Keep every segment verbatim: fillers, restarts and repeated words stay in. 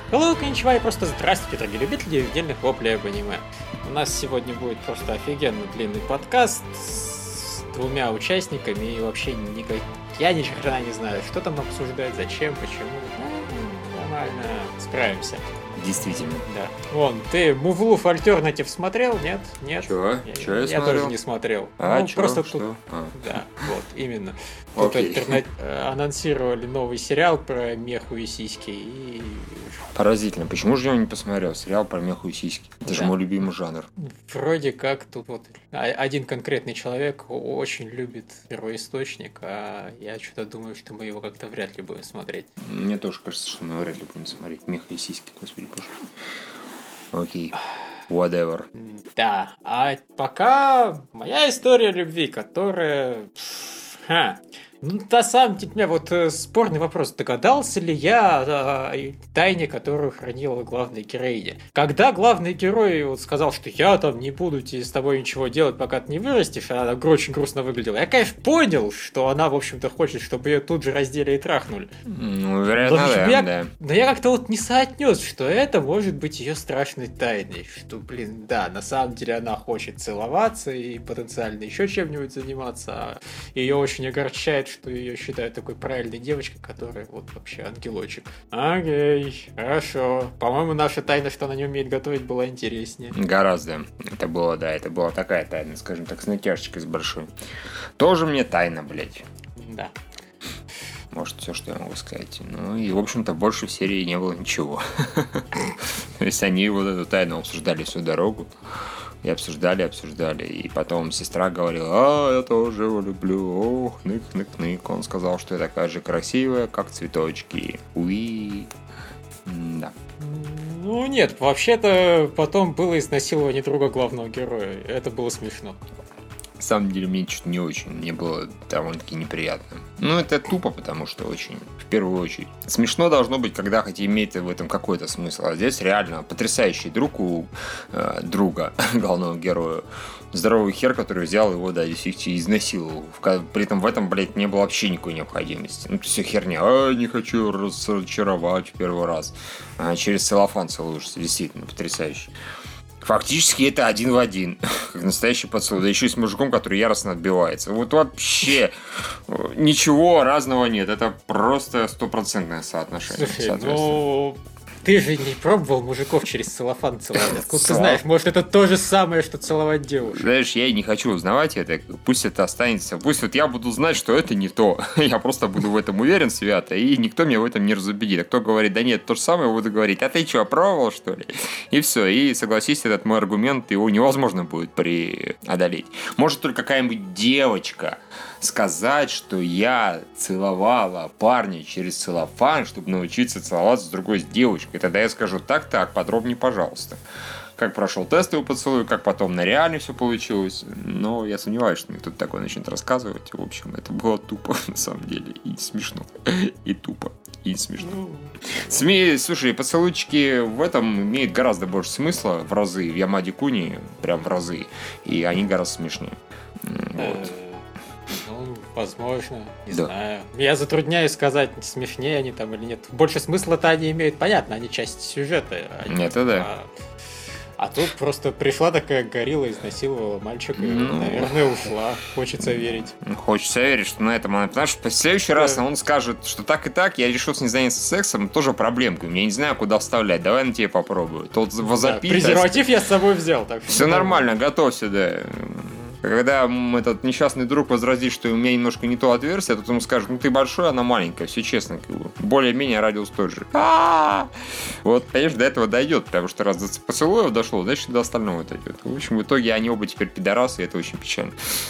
Hello, коничева и просто здравствуйте, дорогие любители отдельных воплей об аниме. У нас сегодня будет просто офигенно длинный подкаст с двумя участниками и вообще никак... Я ни хрена не знаю, что там обсуждать, зачем, почему. Ну, нормально, справимся. Действительно. Да. Вон, ты Move Alternative смотрел? Нет? Нет? Чего? Я, Чего я, я смотрел? тоже не смотрел. А, ну, чего? просто Что? тут... А. Да, вот, именно. Тут Окей. альтерна... анонсировали новый сериал про меху и сиськи и... Поразительно. Почему же я его не посмотрел? Сериал про меху и сиськи. Это Да. же мой любимый жанр. Вроде как тут вот один конкретный человек очень любит первоисточник, а я что-то думаю, что мы его как-то вряд ли будем смотреть. Мне тоже кажется, что мы вряд ли будем смотреть меха и сиськи. Господи боже. Окей. Whatever. Да, а пока моя история любви, которая... Ха. Ну, на самом деле, у меня вот э, спорный вопрос. Догадался ли я о тайне, которую хранила главная героиня? Когда главный герой вот сказал, что я там не буду с тобой ничего делать, пока ты не вырастешь, а она очень грустно выглядела, я, конечно, понял, что она, в общем-то, хочет, чтобы ее тут же раздели и трахнули. Ну, вероятно, Но да, я, да. но я как-то вот не соотнес, что это может быть ее страшной тайной. Что, блин, да, на самом деле она хочет целоваться и потенциально еще чем-нибудь заниматься, а ее очень огорчает, что ее считают такой правильной девочкой, которая вот вообще ангелочек. Окей, хорошо. По-моему, наша тайна, что она не умеет готовить, была интереснее. Гораздо. Это было, да, это была такая тайна, скажем так, с натяжечкой с большой. Тоже мне тайна, блядь. Да. Может, все, что я могу сказать. Ну, и, в общем-то, больше в серии не было ничего. То есть они вот эту тайну обсуждали всю дорогу. И обсуждали, обсуждали. И потом сестра говорила: а, я тоже его люблю. Ох, нык-нык-нык. Он сказал, что я такая же красивая, как цветочки. Уи. Да. Ну нет, вообще-то потом было изнасилование друга главного героя. Это было смешно. На самом деле, мне что-то не очень. Мне было довольно-таки неприятно. Ну, это тупо, потому что очень, в первую очередь. Смешно должно быть, когда хоть имеет в этом какой-то смысл. А здесь реально потрясающий друг у э, друга, главного героя. Здоровый хер, который взял его, да, действительно изнасиловал. При этом в этом, блядь, не было вообще никакой необходимости. Ну, все херня. А, не хочу разочаровать в первый раз. А, через целлофан целуешься. Действительно, потрясающе. Фактически это один в один, как настоящий поцелуй. Да еще и с мужиком, который яростно отбивается. Вот вообще ничего разного нет. Это просто стопроцентное соотношение. Слушай, ну... Ты же не пробовал мужиков через целлофан целовать. Откуда ты знаешь? Может, это то же самое, что целовать девушек? Знаешь, я и не хочу узнавать это. Пусть это останется. Пусть вот я буду знать, что это не то. Я просто буду в этом уверен свято, и никто меня в этом не разубедит. А кто говорит: да нет, то же самое, буду говорить: а ты что, пробовал, что ли? И все. И согласись, этот мой аргумент, его невозможно будет преодолеть. Может, только какая-нибудь девочка сказать, что я целовала парня через целлофан, чтобы научиться целоваться с другой девочкой. И тогда я скажу: так-так, подробнее, пожалуйста. Как прошел тестовый поцелуй, как потом на реале все получилось. Но я сомневаюсь, что мне кто-то такое начнет рассказывать. В общем, это было тупо, на самом деле. И смешно. И тупо. И смешно. СМИ, слушай, поцелуйчики в этом имеют гораздо больше смысла в разы. В Ямаде Куни прям в разы. И они гораздо смешнее. Вот. Ну, возможно, не Да. знаю. Я затрудняюсь сказать, смешнее они там или нет. Больше смысла-то они имеют, понятно, они часть сюжета. Они, Это да. А, а тут просто пришла такая горилла, изнасиловала мальчика и, Ну. наверное, ушла. Хочется верить. Хочется верить, что на этом она... Потому что в следующий раз он скажет, что так и так, я решил с ней заняться сексом, тоже проблемка. Я не знаю, куда вставлять. Давай на тебе попробую. Тот Да, возопит. презерватив я с собой взял. Так что Все нормально, готовься, да. Когда этот несчастный друг возразит, что у меня немножко не то отверстие, то ему скажет: ну ты большой, она маленькая, все честно. Более-менее радиус тот же. А-а-а! Вот, конечно, до этого дойдет, потому что раз до поцелуев дошло, значит, до остального дойдет. В общем, в итоге они оба теперь пидорасы, и это очень печально.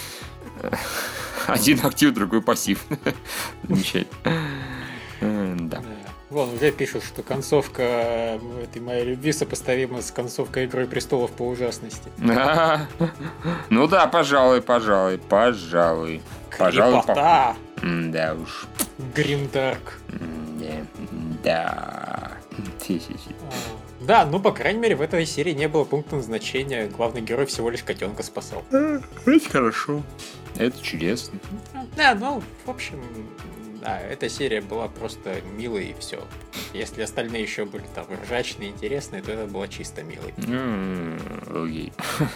Один актив, другой пассив. Замечательно. Да. Вон, уже пишут, что концовка этой моей любви сопоставима с концовкой Игры престолов по ужасности. Ну да, пожалуй, пожалуй, пожалуй. Пожалуй, Крепота! Да уж. Гримдарк. Да. Да. Да, ну, по крайней мере, в этой серии не было пункта назначения. Главный герой всего лишь котенка спасал. Это хорошо. Это чудесно. Да, ну, в общем, да, эта серия была просто милой и все. Если остальные еще были там ржачные, интересные, то это было чисто милой. Окей.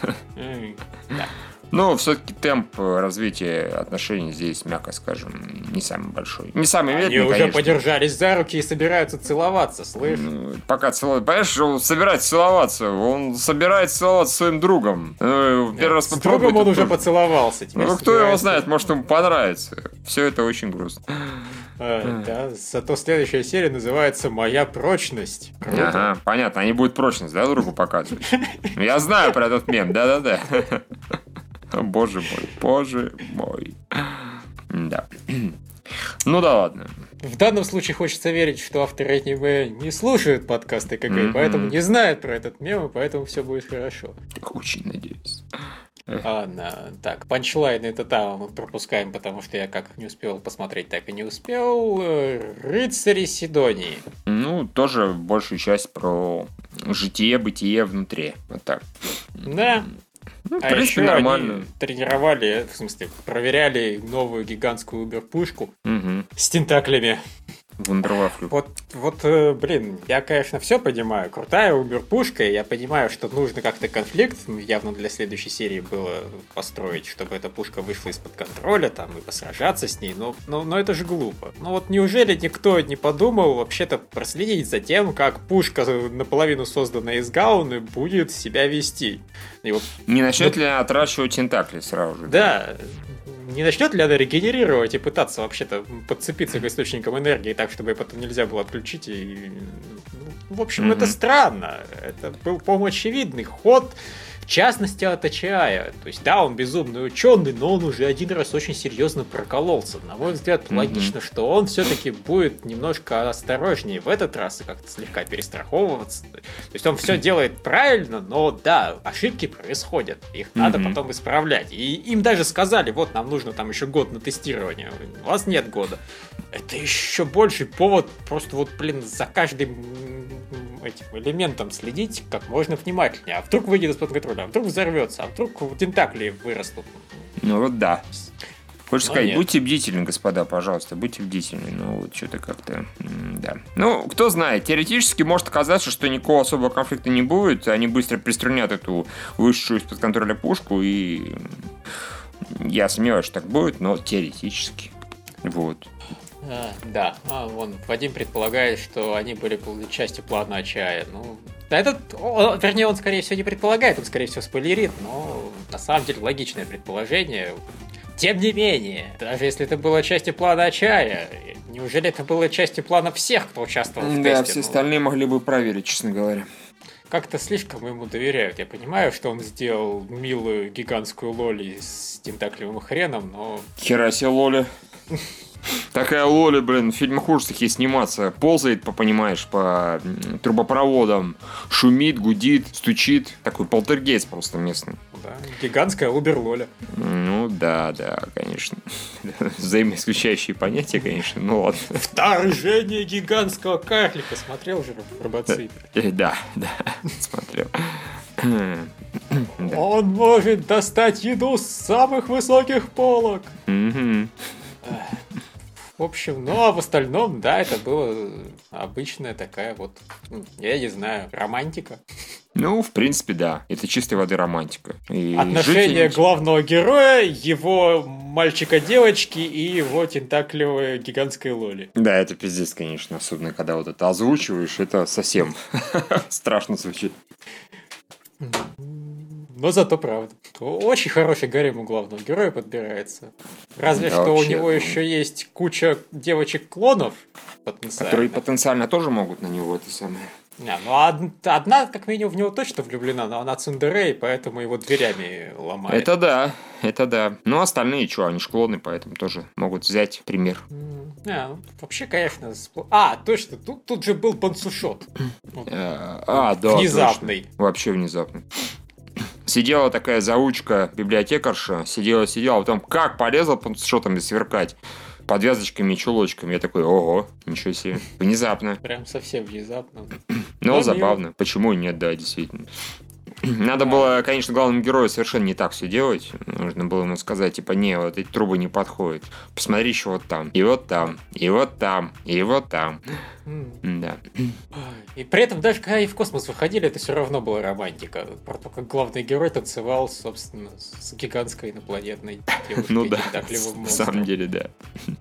Да. Но все-таки темп развития отношений здесь, мягко скажем, не самый большой. Не самый медленный, Они уже конечно. подержались за руки и собираются целоваться, слышь? Ну, пока целуют. Понимаешь, он собирается целоваться. Он собирается целоваться со своим другом. Ну, первый раз С другом он уже поцеловался. Ну, кто его знает, может, ему понравится. Все это очень грустно. А, да, зато следующая серия называется «Моя прочность». Круто. Ага, понятно. Они будут прочность, да, другу показывать? Я знаю про этот мем, да-да-да. Боже мой, боже мой. Да. Ну да ладно. В данном случае хочется верить, что авторы аниме не слушают подкасты КГ, mm-hmm. поэтому не знают про этот мем, и поэтому все будет хорошо. Так очень надеюсь. Ладно, так, панчлайн это там мы пропускаем, потому что я как не успел посмотреть, так и не успел. Рыцари Сидонии. Ну, тоже большую часть про житие-бытие внутри. Вот так. Да. Ну, в а принципе, еще нормально. Они тренировали, в смысле, проверяли новую гигантскую убер-пушку угу. с тентаклями. Вундервафлю. Вот, вот, блин, я, конечно, все понимаю. Крутая убер-пушка, и я понимаю, что нужно как-то конфликт, явно для следующей серии было построить, чтобы эта пушка вышла из-под контроля, там, и посражаться с ней, но, но, но это же глупо. Ну вот неужели никто не подумал вообще-то проследить за тем, как пушка, наполовину созданная из гауны, будет себя вести? И вот, не начнет ну, ли она отращивать тентакли сразу же? Да. Не начнет ли она регенерировать и пытаться вообще-то подцепиться к источникам энергии так, чтобы ее потом нельзя было отключить? И... Ну, в общем, mm-hmm. это странно. Это был, по-моему, очевидный ход, в частности, от Ачая. То есть, да, он безумный ученый, но он уже один раз очень серьезно прокололся. На мой взгляд, mm-hmm. логично, что он все-таки будет немножко осторожнее в этот раз и как-то слегка перестраховываться. То есть, он все делает правильно, но да, ошибки происходят. Их mm-hmm. надо потом исправлять. И им даже сказали, вот, нам нужно там еще год на тестирование. У вас нет года. Это еще больший повод просто вот, блин, за каждым этим элементом следить как можно внимательнее. А вдруг выйдет из-под контроля, а вдруг взорвется, а вдруг тентакли вырастут. Ну вот да. Хочешь Но сказать, нет. будьте бдительны, господа, пожалуйста, будьте бдительны. Ну, вот что-то как-то, да. Ну, кто знает, теоретически может оказаться, что никакого особого конфликта не будет, они быстро приструнят эту вышедшую из-под контроля пушку, и я сомневаюсь, что так будет, но теоретически. Вот. А, да, а, вон, Вадим предполагает, что они были частью плана Ачая. Ну, этот, он, вернее, он, скорее всего, не предполагает, он, скорее всего, спойлерит, но на самом деле логичное предположение. Тем не менее, даже если это было частью плана Ачая, неужели это было частью плана всех, кто участвовал в да, тесте? Да, все ну, остальные могли бы проверить, честно говоря. Как-то слишком ему доверяют. Я понимаю, что он сделал милую гигантскую лоли с тентаклевым хреном, но... Хера себе лоли. Такая лоли, блин, в фильмах ужасов ей сниматься. Ползает, по, понимаешь, по трубопроводам. Шумит, гудит, стучит. Такой полтергейст просто местный. Да, гигантская убер-лоля. Ну, да, да, конечно. Взаимоисключающие понятия, конечно, ну ладно. Вторжение гигантского карлика. Смотрел же Робоципер? Да, да, смотрел. Он может достать еду с самых высоких полок. В общем, ну а в остальном, да, это была обычная такая вот, я не знаю, романтика. Ну, в принципе, да. Это чистой воды романтика. И отношения жители... главного героя, его мальчика-девочки и его тентаклевой гигантской лоли. Да, это пиздец, конечно. Особенно, когда вот это озвучиваешь, это совсем страшно звучит. Но зато правда. Очень хороший гарем у главного героя подбирается. Разве да, что вообще, у него ну... еще есть куча девочек-клонов потенциально. Которые потенциально тоже могут на него это самое. Не, ну одна, одна, как минимум, в него точно влюблена, но она цундерей, поэтому его дверями ломает. Это да, это да. Ну, остальные, что, они ж клоны, поэтому тоже могут взять пример. А, ну, вообще, конечно... Спло... А, точно, тут, тут же был пансушот. А, да, внезапный. Точно. Вообще внезапный. Сидела такая заучка, библиотекарша, сидела-сидела, а потом как полезла пансушотами сверкать. Подвязочками и чулочками. Я такой, ого, ничего себе. Внезапно. Прям совсем внезапно. Но Ну, забавно. мило. Почему и нет, да, действительно. Надо было, конечно, главному герою совершенно не так все делать. Нужно было ему сказать, типа, не, вот эти трубы не подходят. Посмотри еще вот там, и вот там, и вот там, и вот там. М. Да. И при этом даже когда и в космос выходили, это все равно была романтика. Про то, как главный герой танцевал, собственно, с гигантской инопланетной девушкой. Ну да, тентакливым на монстром. самом деле, да.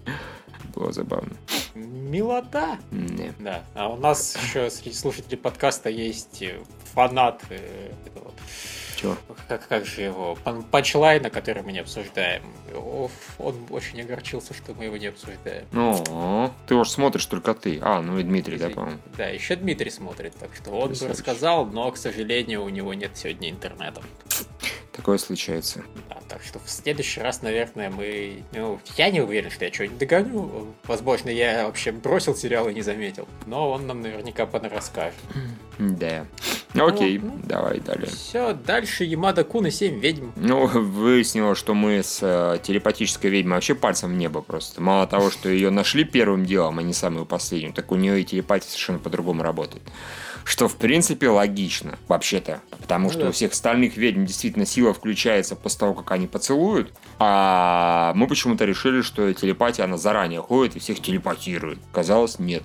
Было забавно. Милота. Да. Да. А у нас еще среди слушателей подкаста есть э, фанат э, этого, Чего? как, как же его, пан- панчлайна, который мы не обсуждаем. Оф, он очень огорчился, что мы его не обсуждаем. О, ты уж смотришь только ты. А, ну и Дмитрий, да, по-моему. Да, еще Дмитрий смотрит, так что он бы Красавчик. рассказал, но, к сожалению, у него нет сегодня интернета. Такое случается. Да, так что в следующий раз, наверное, мы... Ну, я не уверен, что я что-нибудь догоню. Возможно, я вообще бросил сериал и не заметил. Но он нам наверняка понарасскажет. Да. Окей, Ну, ну. давай далее. Все, дальше Ямада Кун и семь ведьм. Ну, выяснилось, что мы с э, телепатической ведьмой вообще пальцем в небо просто. Мало того, что ее нашли первым делом, а не самую последнюю, так у нее и телепатия совершенно по-другому работает. Что, в принципе, логично, вообще-то. Потому Ну что да. у всех остальных ведьм действительно сила включается после того, как они поцелуют. А мы почему-то решили, что телепатия, она заранее ходит и всех телепатирует. Казалось, нет.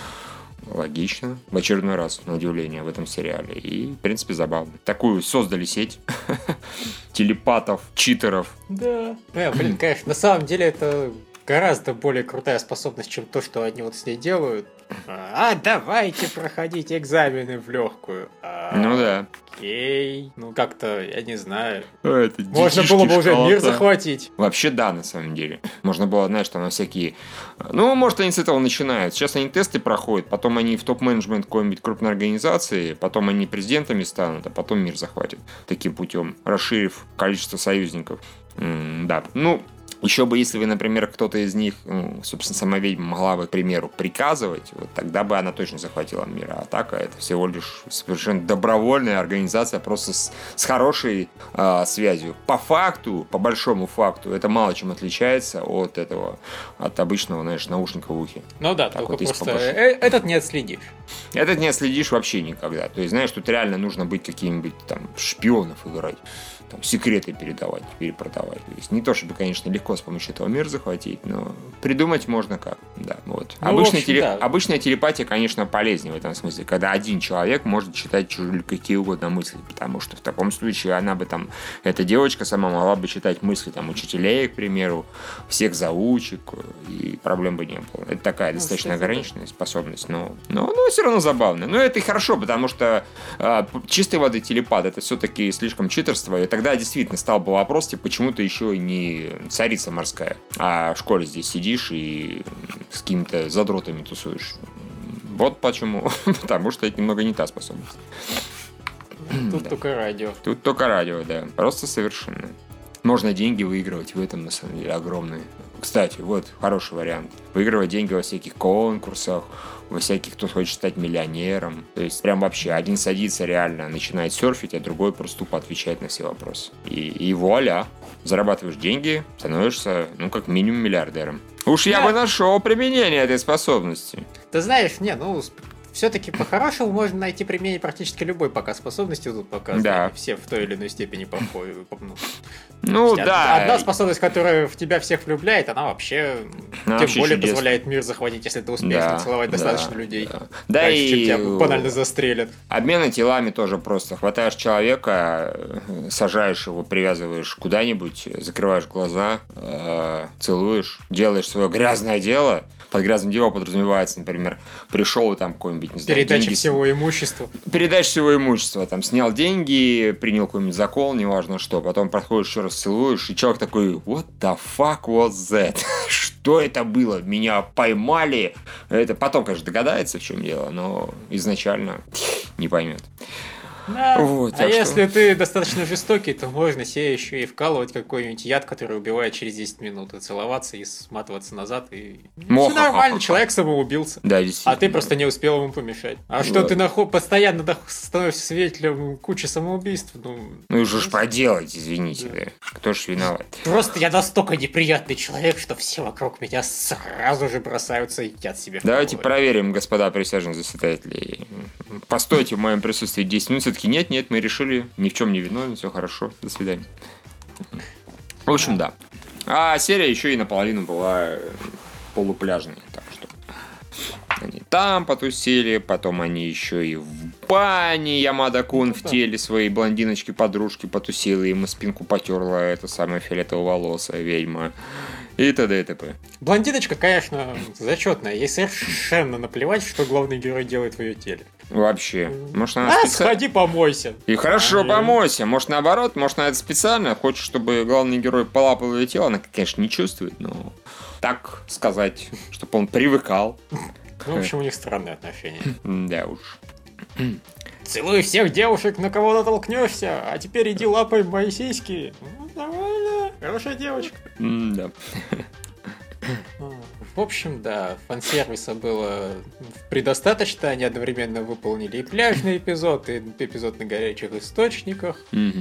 Логично. В очередной раз, на удивление, в этом сериале. И, в принципе, забавно. Такую создали сеть телепатов, читеров. Да. Э, блин, конечно, на самом деле это гораздо более крутая способность, чем то, что они вот с ней делают. А, давайте проходите экзамены в легкую. А, Ну да. Окей. Ну, как-то, я не знаю. Это Можно детишки было бы уже мир школота. захватить. Вообще да, на самом деле. Можно было, знаешь, там на всякие... Ну, может, они с этого начинают. Сейчас они тесты проходят, потом они в топ-менеджмент какой-нибудь крупной организации, потом они президентами станут, а потом мир захватят. Таким путем, расширив количество союзников. М, да. Ну, еще бы, если бы, например, кто-то из них, ну, собственно, сама ведьма могла бы, к примеру, приказывать, вот тогда бы она точно захватила мир. А так это всего лишь совершенно добровольная организация, просто с, с хорошей а, связью. По факту, по большому факту, это мало чем отличается от этого, от обычного, знаешь, наушника в ухе. Ну да, Так только вот, если просто побольше. э- этот не отследишь. Этот не отследишь вообще никогда. То есть, знаешь, тут реально нужно быть каким-нибудь там шпионов играть. Там, секреты передавать, перепродавать. То есть не то, чтобы, конечно, легко с помощью этого мир захватить, но придумать можно как. Да, вот. Ну, обычная, в общем, теле- да. обычная телепатия, конечно, полезнее в этом смысле, когда один человек может читать чужие какие угодно мысли, потому что в таком случае она бы там, эта девочка сама могла бы читать мысли там учителей, к примеру, всех заучек, и проблем бы не было. Это такая Ну, достаточно кстати, да. ограниченная способность, но, но, но все равно забавно. Но это и хорошо, потому что а, чистой воды телепат это все-таки слишком читерство, и тогда действительно стал бы вопрос, типа, почему ты еще и не царица морская, а в школе здесь сидишь и с какими-то задротами тусуешь. Вот почему. Потому что это немного не та способность. Тут Да. только радио. Тут только радио, да. Просто совершенно. Можно деньги выигрывать в этом, на самом деле, огромные. Кстати, вот хороший вариант. Выигрывать деньги во всяких конкурсах, во всяких, кто хочет стать миллионером. То есть прям вообще один садится реально, начинает серфить, а другой просто тупо отвечает на все вопросы. И, и вуаля, зарабатываешь деньги, становишься, ну, как минимум миллиардером. Уж я Да. бы нашел применение этой способности. Ты знаешь, не, ну, все-таки по-хорошему можно найти применение практически любой пока способности тут показаны. Да. Все в той или иной степени похожи. Ну, Ну Од- да. Одна способность, которая в тебя всех влюбляет, она вообще Она тем вообще более чудесна. позволяет мир захватить, если ты успеешь Да, нацеловать да, достаточно людей. Да, да Раньше, чем и тебя банально застрелят. обмены телами тоже просто. Хватаешь человека, э, сажаешь его, привязываешь куда-нибудь, закрываешь глаза, э, целуешь, делаешь свое грязное дело. Под грязным делом подразумевается, например, пришел и там какой-нибудь, не знаю, Передача деньги с- всего имущества. передача всего имущества, там, снял деньги, принял какой-нибудь закон, неважно что, потом подходишь, еще раз целуешь, и человек такой, what the fuck was that? Что это было? Меня поймали? Это потом, конечно, догадается, в чем дело, но изначально не поймет. Да. Вот, а так что- если ты достаточно жестокий, то можно себе еще и вкалывать какой-нибудь яд, который убивает через десять минут, и целоваться, и сматываться назад, и... Мо- Все нормально, человек самоубился. Да, А действительно. ты просто не успел ему помешать. А что Вот. ты нахо- постоянно дох- становишься свидетелем кучи самоубийств? Ну, Ну, уже ж поделать, извините, да. Кто ж виноват? просто я настолько неприятный человек, что все вокруг меня сразу же бросаются и едят себе. в Давайте голову. проверим, господа присяжных заседатели, постойте в моем присутствии десять минут, все-таки нет, нет, мы решили, ни в чем не виновны, все хорошо, до свидания. В общем, да. А серия еще и наполовину была полупляжной, так что они там потусили, потом они еще и в бане Ямада-кун в теле своей блондиночки-подружки потусила, ему спинку потерла эта самая фиолетово-волосая ведьма. И т.д. и т.п. Блондиночка, конечно, зачетная. Ей совершенно наплевать, что главный герой делает в ее теле. Вообще. Может, она а, специ... сходи помойся. И хорошо, а, помойся. Может, наоборот, может, она это специально хочет, чтобы главный герой полапал ее тело. Она, конечно, не чувствует, но так сказать, чтобы он привыкал. Ну, в общем, у них странные отношения. Да уж. Целуй всех девушек, на кого натолкнешься, а теперь иди лапай мои сиськи. Ну, нормально, хорошая девочка. Да. В общем, да, фан-сервиса было предостаточно, они одновременно выполнили и пляжный эпизод, и эпизод на горячих источниках,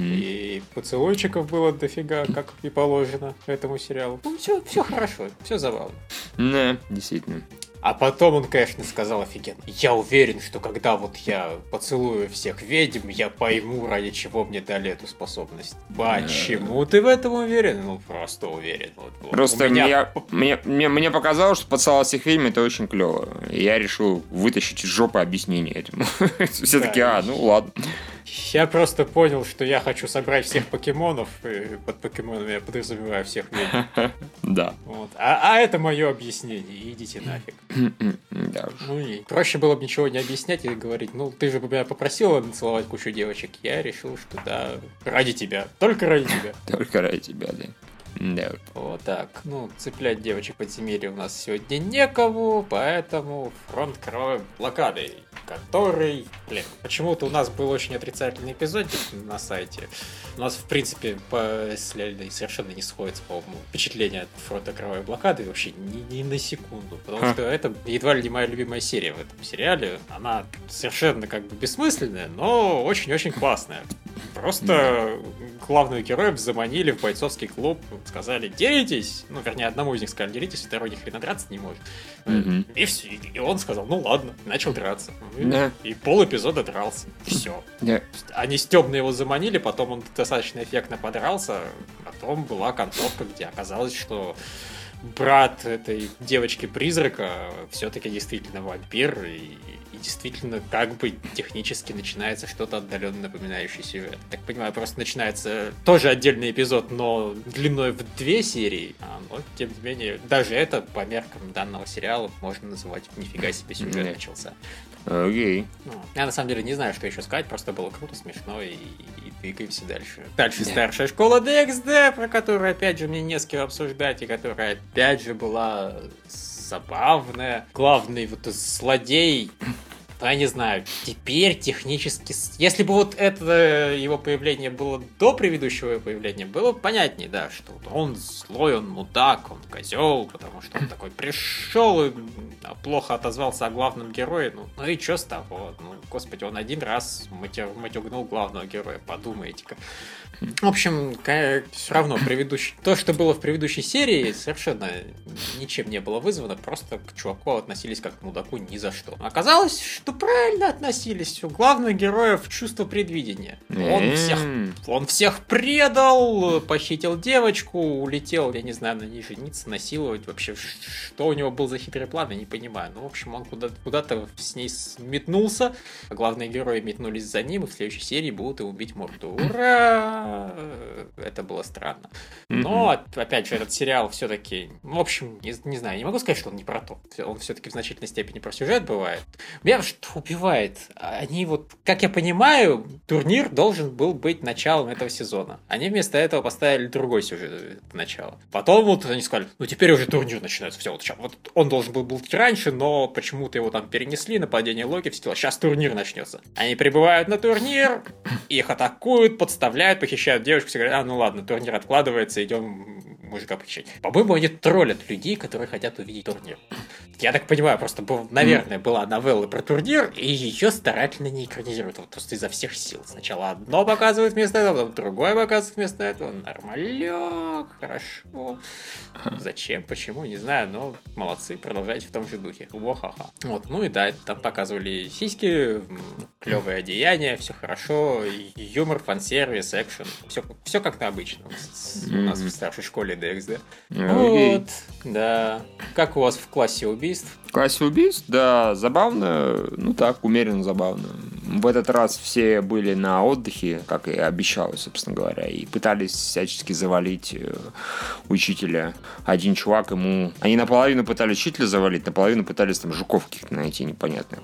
и поцелуйчиков было дофига, как и положено этому сериалу. Ну, все, все хорошо, все забавно. Да, действительно. А потом он, конечно, сказал офигенно. Я уверен, что когда вот я поцелую всех ведьм, я пойму, ради чего мне дали эту способность. Почему ты в этом уверен? Ну, просто уверен. Вот, вот. Просто меня... Я, мне, мне, мне показалось, что поцеловать всех ведьм это очень клево. И я решил вытащить из жопы объяснение этому. Все таки, а, ну ладно. Я просто понял, что я хочу собрать всех покемонов, и под покемонами я подразумеваю всех ведьм. Да. Вот. А, а это мое объяснение, идите нафиг. Да. Ну и проще было бы ничего не объяснять и говорить, ну ты же меня попросила нацеловать кучу девочек, я решил, что да, ради тебя, только ради тебя. Только ради тебя, да. Да. Вот так. Ну, цеплять девочек подземелья у нас сегодня некого, поэтому фронт кровавой блокады, который, блин, почему-то у нас был очень отрицательный эпизод на сайте. У нас, в принципе, по совершенно не сходится, по-моему, впечатление от фронта кровавой блокады вообще ни, ни на секунду. Потому Ха. что это едва ли не моя любимая серия в этом сериале. Она совершенно как бы бессмысленная, но очень-очень классная. Просто главных героев заманили в бойцовский клуб, сказали, деритесь. Ну, вернее, одному из них сказали, деритесь, второй ни хрена драться не может. Mm-hmm. И все. И он сказал, ну ладно, начал драться. Yeah. И пол эпизода дрался. Все. Yeah. Они стёбно его заманили, потом он достаточно эффектно подрался. Потом была концовка, где оказалось, что брат этой девочки-призрака все-таки действительно вампир, и, и действительно как бы технически начинается что-то отдаленно напоминающее сюжет. Так понимаю, просто начинается тоже отдельный эпизод, но длиной в две серии, а, но тем не менее, даже это по меркам данного сериала можно называть нифига себе сюжет mm-hmm. начался. Окей. Okay. Ну, я на самом деле не знаю, что еще сказать, просто было круто, смешно и, и двигаемся дальше. Дальше yeah. старшая школа ди экс ди, про которую опять же мне не с кем обсуждать, и которая опять же была забавная. Главный вот злодей, я не знаю, теперь технически... Если бы вот это его появление было до предыдущего его появления, было бы понятнее, да, что он злой, он мудак, он козел, потому что он такой пришел и плохо отозвался о главном герое. Ну, ну и что с того? Ну, господи, он один раз матюгнул главного героя, подумайте-ка. В общем, все равно предыдущий... то, что было в предыдущей серии, совершенно ничем не было вызвано, просто к чуваку относились как к мудаку ни за что. Оказалось, что правильно относились. У главных героев чувство предвидения. Он всех, он всех предал, похитил девочку, улетел, я не знаю, на ней жениться, насиловать. Вообще, что у него был за хитрый план, я не понимаю. Ну, в общем, он куда-то, куда-то с ней метнулся, а главные герои метнулись за ним, и в следующей серии будут его бить морду. Ура! Это было странно. Но, mm-hmm. опять же, этот сериал все-таки... В общем, не, не знаю, не могу сказать, что он не про то. Он все-таки в значительной степени про сюжет бывает. Меня что убивает? Они вот, как я понимаю, турнир должен был быть началом этого сезона. Они вместо этого поставили другой сюжет начало. Потом вот они сказали, ну теперь уже турнир начинается. Все, вот сейчас. Вот он должен был быть раньше, но почему-то его там перенесли, нападение Локи, все дела. Сейчас турнир начнется. Они прибывают на турнир, их атакуют, подставляют, похищают девушку, все говорят, а, ну ладно, турнир откладывается, идем мужика похищать. По-моему, они троллят людей, которые хотят увидеть турнир. Я так понимаю, просто, был, наверное, была новелла про турнир, и ее старательно не экранизируют. Вот просто изо всех сил. Сначала одно показывают вместо этого, потом другое показывают вместо этого. Нормалек, хорошо. Зачем, почему, не знаю, но молодцы, продолжайте в том же духе. Во-ха-ха. Вот, ну и да, там показывали сиськи, клевое одеяние, все хорошо, юмор, фан-сервис, экшен. Все, все как-то обычно. У нас в старшей школе ди экс, да? Okay. Вот, да. Как у вас в классе убийств? В классе убийств, да, забавно, ну так, умеренно забавно. В этот раз все были на отдыхе, как и обещалось, собственно говоря, и пытались всячески завалить учителя. Один чувак ему... Они наполовину пытались учителя завалить, наполовину пытались там жуков каких-то найти непонятных.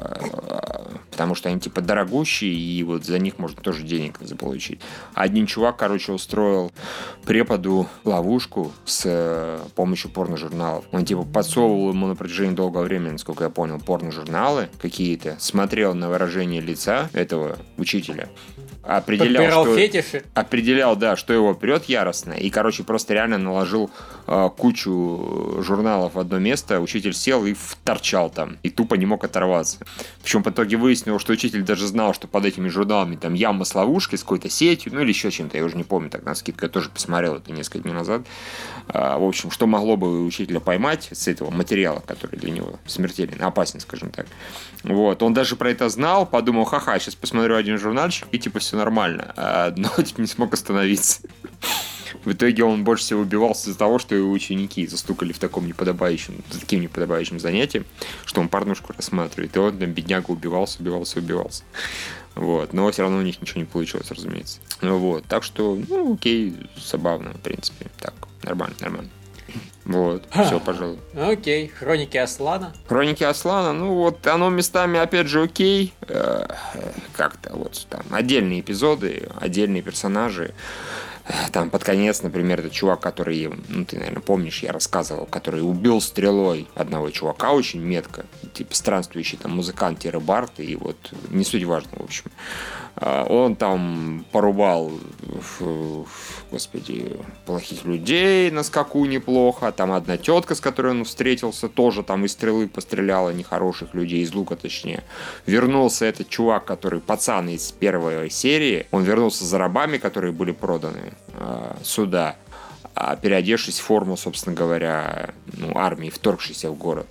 Потому что они типа дорогущие, и вот за них можно тоже денег заполучить. Один чувак, короче, устроил преподу ловушку с помощью порножурналов. Он типа подсовывал ему на протяжении долгого времени, насколько я понял, порножурналы какие-то, смотрел на выражение лица этого учителя, определял, что... фетиши. Определял, да, что его прет яростно, и, короче, просто реально наложил э, кучу журналов в одно место, учитель сел и торчал там, и тупо не мог оторваться. Причем в итоге выяснилось, что учитель даже знал, что под этими журналами там яма с ловушкой, с какой-то сетью, ну или еще чем-то, я уже не помню, так на скидку, я тоже посмотрел это несколько дней назад. А, в общем, что могло бы учителя поймать с этого материала, который для него смертелен, опасен, скажем так. Вот, он даже про это знал, подумал, ха-ха, сейчас посмотрю один журнальчик, и типа все нормально, а, но типа не смог остановиться. В итоге он больше всего убивался из-за того, что его ученики застукали в таком неподобающем, таким неподобающим занятии, что он порнушку рассматривает, и он там, бедняга, убивался, убивался, убивался. Вот, но все равно у них ничего не получилось, разумеется. Вот, так что, ну, окей, забавно, в принципе, так, нормально, нормально. Вот, Ха. все, пожалуй. Окей, Хроники Аслана. Хроники Аслана, ну вот оно местами, опять же, окей. Э, как-то вот там отдельные эпизоды, отдельные персонажи. Там под конец, например, этот чувак, который, ну, ты, наверное, помнишь, я рассказывал, который убил стрелой одного чувака очень метко, типа странствующий там музыкант-бард, и вот не суть важно, в общем. Он там порубал, господи, плохих людей на скаку неплохо. Там одна тетка, с которой он встретился, тоже там из стрелы постреляла нехороших людей, из лука точнее. Вернулся этот чувак, который пацан из первой серии. Он вернулся за рабами, которые были проданы э, сюда, переодевшись в форму, собственно говоря, ну, армии, вторгшейся в город.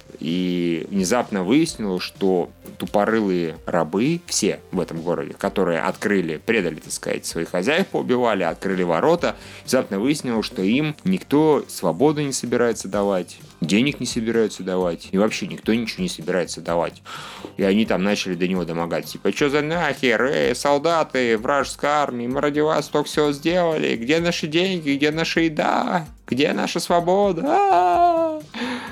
И внезапно выяснилось, что тупорылые рабы, все в этом городе, которые открыли, предали, так сказать, своих хозяев, поубивали, открыли ворота, внезапно выяснилось, что им никто свободу не собирается давать, денег не собираются давать, и вообще никто ничего не собирается давать. И они там начали до него домогаться. Типа, что за нахер, эй, солдаты, вражеской армии, мы ради вас только все сделали, где наши деньги, где наша еда, где наша свобода? А-а-а!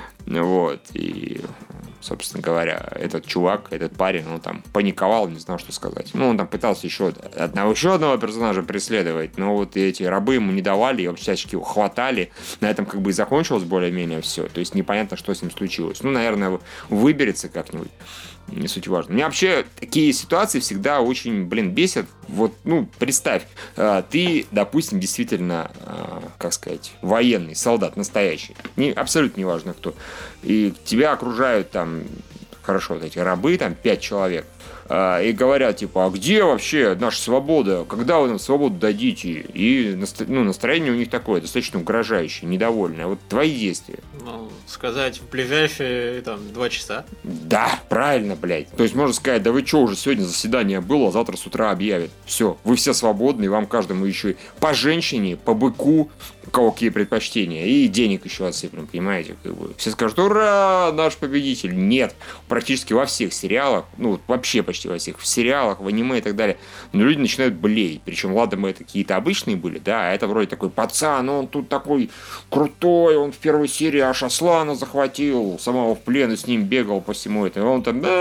Вот, и, собственно говоря, этот чувак, этот парень, он там паниковал, не знал, что сказать. Ну, он там пытался еще одного, еще одного персонажа преследовать, но вот эти рабы ему не давали, его всячески его хватали. На этом как бы и закончилось более-менее все. То есть непонятно, что с ним случилось. Ну, наверное, выберется как-нибудь. Не суть важно. Мне вообще такие ситуации всегда очень, блин, бесят. Вот, ну, представь, ты, допустим, действительно, как сказать, военный, солдат настоящий. Не, абсолютно неважно кто. И тебя окружают там, хорошо, вот эти рабы, там, пять человек. И говорят, типа, а где вообще наша свобода? Когда вы нам свободу дадите? И ну, настроение у них такое, достаточно угрожающее, недовольное. Вот твои действия. Ну, сказать, в ближайшие, там, два часа. Да, правильно, блядь. То есть можно сказать, да вы что, уже сегодня заседание было, а завтра с утра объявят. Все, вы все свободны, и вам каждому еще и по женщине, по быку, у кого какие предпочтения, и денег еще отсыплем, понимаете? Как бы. Все скажут, ура, наш победитель. Нет, практически во всех сериалах, ну, вообще почти во всех, в сериалах, в аниме и так далее, но люди начинают блеять. Причем, ладно, мы это какие-то обычные были, да, а это вроде такой пацан, он тут такой крутой, он в первой серии аж Аслана захватил, самого в плен и с ним бегал по всему этому, он там,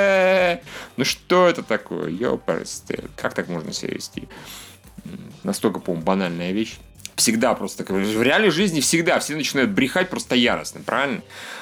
ну что это такое, ёпарасты, как так можно себя вести? Настолько, по-моему, банальная вещь. Всегда просто, в реальной жизни всегда все начинают брехать просто яростно, правильно?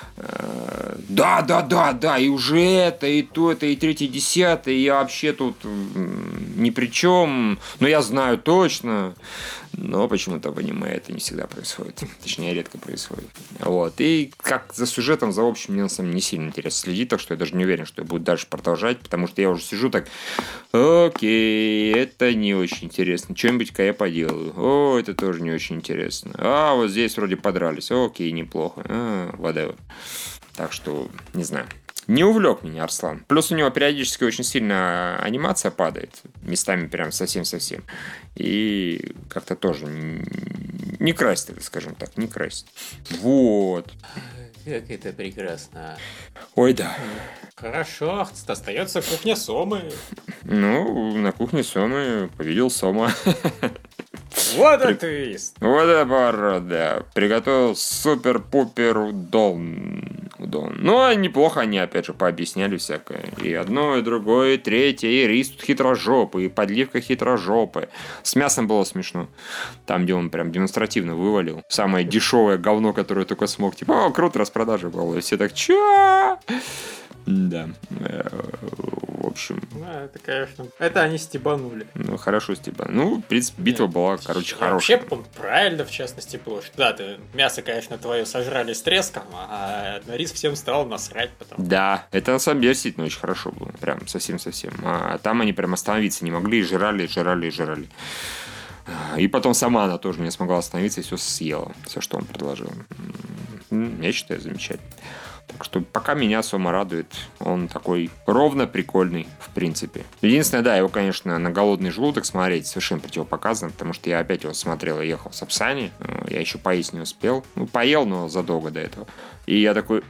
Да, да, да, да, и уже это, и то, это, и третье, и десятое, и я вообще тут ни при чем, но я знаю точно, но почему-то в аниме это не всегда происходит, точнее, редко происходит. Вот, и как за сюжетом, за общим, мне на самом деле не сильно интересно следить, так что я даже не уверен, что я буду дальше продолжать, потому что я уже сижу так, окей, это не очень интересно, что-нибудь-ка я поделаю, о, это тоже не очень интересно, а вот здесь вроде подрались, окей, неплохо, а, whatever. Так что, не знаю. Не увлек меня Арслан. Плюс у него периодически очень сильно анимация падает. Местами прям совсем-совсем. И как-то тоже не красит это, скажем так, не красит. Вот. Как это прекрасно. Ой, да. Хорошо, остается кухня Сомы. Ну, на кухне Сомы победил Сома. Вот это твист. Вот это поворот, да. Приготовил супер-пупер удон. удон. Ну, а неплохо они, опять же, пообъясняли всякое. И одно, и другое, и третье, и рис тут хитрожопый, и подливка хитрожопая. С мясом было смешно. Там, где он прям демонстративно вывалил. Самое дешевое говно, которое только смог. Типа, о, круто, распродажа была. И все так, чё? Да. В общем. Ну, это, конечно. Это они стебанули. Ну, хорошо стебанули. Ну, в принципе, битва Нет. была, короче, хорошая. Вообще, правильно, в частности, было. Что, да, ты мясо, конечно, твое сожрали с треском, а на рис всем стало насрать потом. Да, это на самом деле действительно очень хорошо было. Прям совсем-совсем. А там они прям остановиться не могли, и жрали, и жрали, и жрали. И потом сама она тоже не смогла остановиться и все съела. Все, что он предложил. Я считаю, замечательно. Так что пока меня Сома радует. Он такой ровно прикольный, в принципе. Единственное, да, его, конечно, на голодный желудок смотреть совершенно противопоказано, потому что я опять его смотрел и ехал в Сапсане. Я еще поесть не успел. Ну, поел, но задолго до этого. И я такой...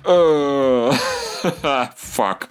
Фак.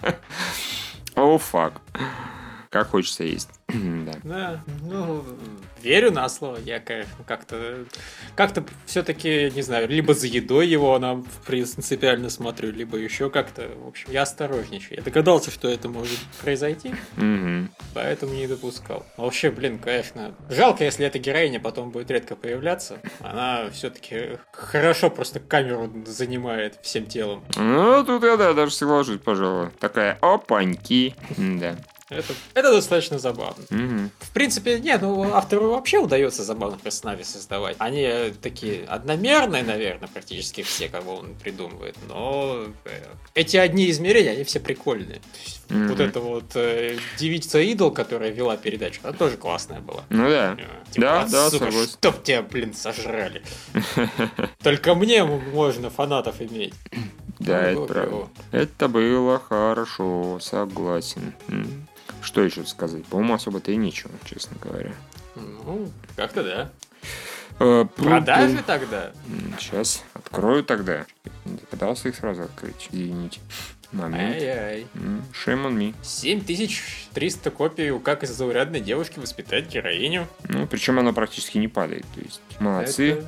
О, фак. Как хочется есть. Да. Да, ну, верю на слово. Я, конечно, как-то как-то все-таки, не знаю, либо за едой его нам принципиально смотрю, либо еще как-то, в общем, я осторожничаю. Я догадался, что это может произойти, угу. Поэтому не допускал. А вообще, блин, конечно, жалко, если эта героиня потом будет редко появляться. Она все-таки хорошо просто камеру занимает всем телом. Ну, тут я, да, даже соглашусь, пожалуй. Такая опаньки. Да. Это, это достаточно забавно. Mm-hmm. В принципе, нет, ну автору вообще удается забавных персонажей создавать. Они такие одномерные, наверное, практически все, кого он придумывает. Но эти одни измерения, они все прикольные. Mm-hmm. Вот эта вот э, девица-идол, которая вела передачу, она тоже классная была. Ну да. Типа, да, да, сука, согласен. Чтоб тебя, блин, сожрали. Только мне можно фанатов иметь. Да, это правда. Это было хорошо, согласен. Что еще сказать? По-моему, особо-то и нечего, честно говоря. Ну, как-то да. А, Продажи пу- тогда? Сейчас открою тогда. Не пытался их сразу открыть, извините. Момент. Ай-яй. Shame on me. семь тысяч триста копий, как из заурядной девушки воспитать героиню. Ну, причем она практически не падает. То есть, молодцы. Это...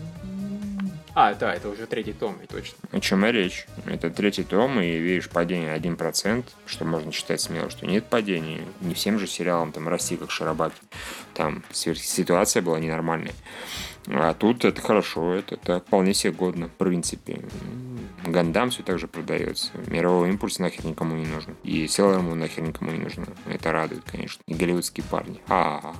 А, да, это уже третий том, и точно. О чем и речь. Это третий том, и видишь падение один процент, что можно считать смело, что нет падения. Не всем же сериалам там расти как шарабаки. Там ситуация была ненормальная. А тут это хорошо, это так вполне себе годно, в принципе. Гандам все так же продается. Мировой импульс нахер никому не нужен. И Sailor Moon нахер никому не нужно. Это радует, конечно. И голливудские парни. А-а-а.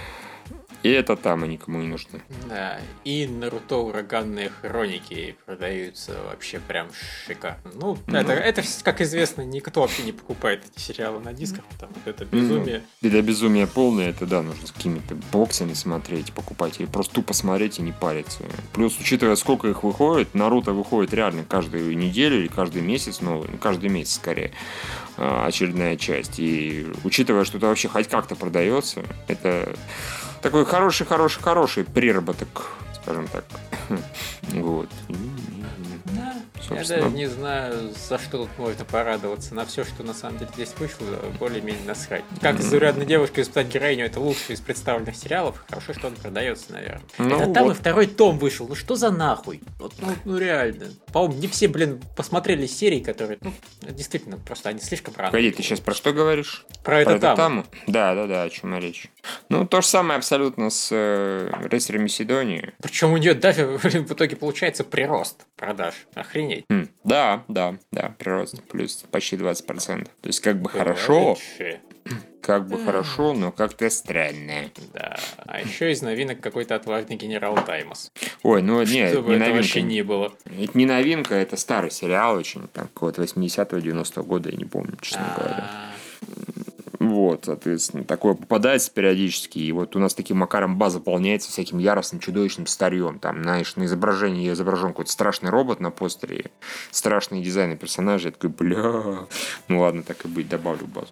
И это там, и никому не нужно. Да, и Наруто Ураганные Хроники продаются вообще прям шикарно. Ну, ну это, это, как известно, никто вообще не покупает эти сериалы на дисках, потому что это безумие. Ну, это безумие полное, это да, нужно с какими-то боксами смотреть, покупать, или просто тупо смотреть и не париться. Плюс, учитывая, сколько их выходит, Наруто выходит реально каждую неделю или каждый месяц, ну, каждый месяц скорее, очередная часть. И учитывая, что это вообще хоть как-то продается, это... Такой хороший-хороший-хороший приработок, скажем так. Вот. Да. Я даже не знаю, за что тут можно порадоваться. На все, что на самом деле здесь вышло, более-менее насрать. Как из «Заурядной девушки» испытать героиню, это лучший из представленных сериалов. Хорошо, что он продается, наверное. Ну, это там вот. И второй том вышел. Ну что за нахуй? Вот, ну, ну реально. По-моему, не все, блин, посмотрели серии, которые, ну, действительно, просто они слишком рано. Погоди, ты сейчас про что говоришь? Про, про это там. Таму? Да, да, да, о чем речь. Ну, то же самое абсолютно с э, рейсерами Сидонии. Причем у нее даже в итоге получается прирост продаж. Охренеть. Хм. Да, да, да, прирост плюс почти двадцать процентов. То есть как бы хорошо. как бы хорошо, но как-то странно. Да, а еще из новинок какой-то отважный генерал Таймас. Ой, ну не, это Чтобы не это новинка. вообще не было. Это не новинка, это старый сериал очень, там, какого-то восьмидесятого-девяностого года, я не помню, честно говоря. Вот, соответственно, такое попадается периодически, и вот у нас таким макаром база заполняется всяким яростным, чудовищным старьем. Там, знаешь, на изображении изображен какой-то страшный робот на постере, страшные дизайны персонажей. Я такой, бля, ну ладно, так и быть, добавлю базу.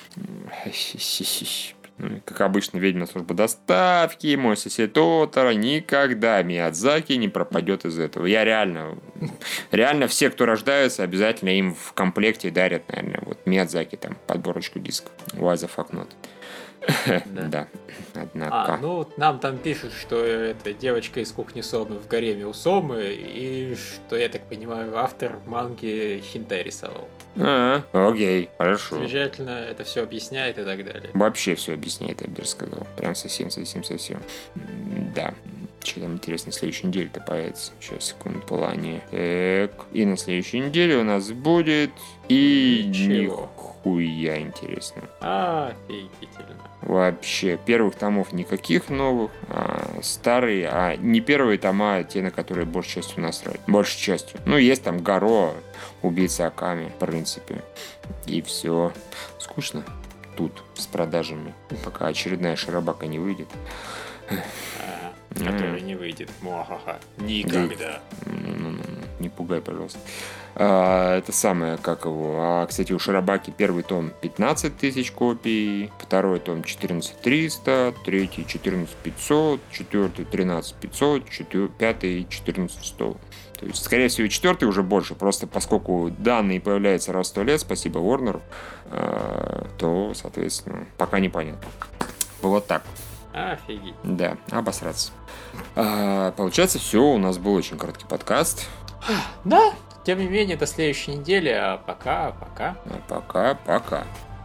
Ну, как обычно, ведьма служба доставки, мой сосед Тотара, никогда Миядзаки не пропадет из этого. Я реально, реально все, кто рождаются, обязательно им в комплекте дарят, наверное, вот Миядзаки, там, подборочку дисков. Why the fuck not? Да. Да, однако. А, ну нам там пишут, что это девочка из кухни Сомы в гареме у Сомы, и что, я так понимаю, автор манги хентай рисовал. А, окей, хорошо. Замечательно, это все объясняет и так далее. Вообще все объясняет, я бы сказал. Прям совсем, совсем, совсем. Да. Что там интересно, на следующей неделе-то появится. Сейчас, секунду, плане. Так. И на следующей неделе у нас будет... И Ничего. Нихуя интересно. Офигительно. Вообще, первых томов никаких новых, а старые, а не первые тома, а те, на которые большей частью насрать. Большей частью. Ну, есть там Гаро, убийца Аками, в принципе. И все. Скучно тут с продажами, пока очередная Шарабака не выйдет. А, который не выйдет. Муахаха. Никогда. Не пугай, пожалуйста. А, это самое, как его. А, кстати, у Шарабаки первый том пятнадцать тысяч копий, второй том четырнадцать триста, третий четырнадцать пятьсот, четвертый тринадцать пятьсот, четвер... пятый четырнадцать сто. То есть, скорее всего, четвертый уже больше, просто поскольку данные появляются раз в сто лет, спасибо Warner, а, то, соответственно, пока непонятно. Вот так. Офигеть. Да, обосраться. А, получается, все, у нас был очень короткий подкаст. Да, тем не менее, до следующей недели, а пока, пока. А пока, пока.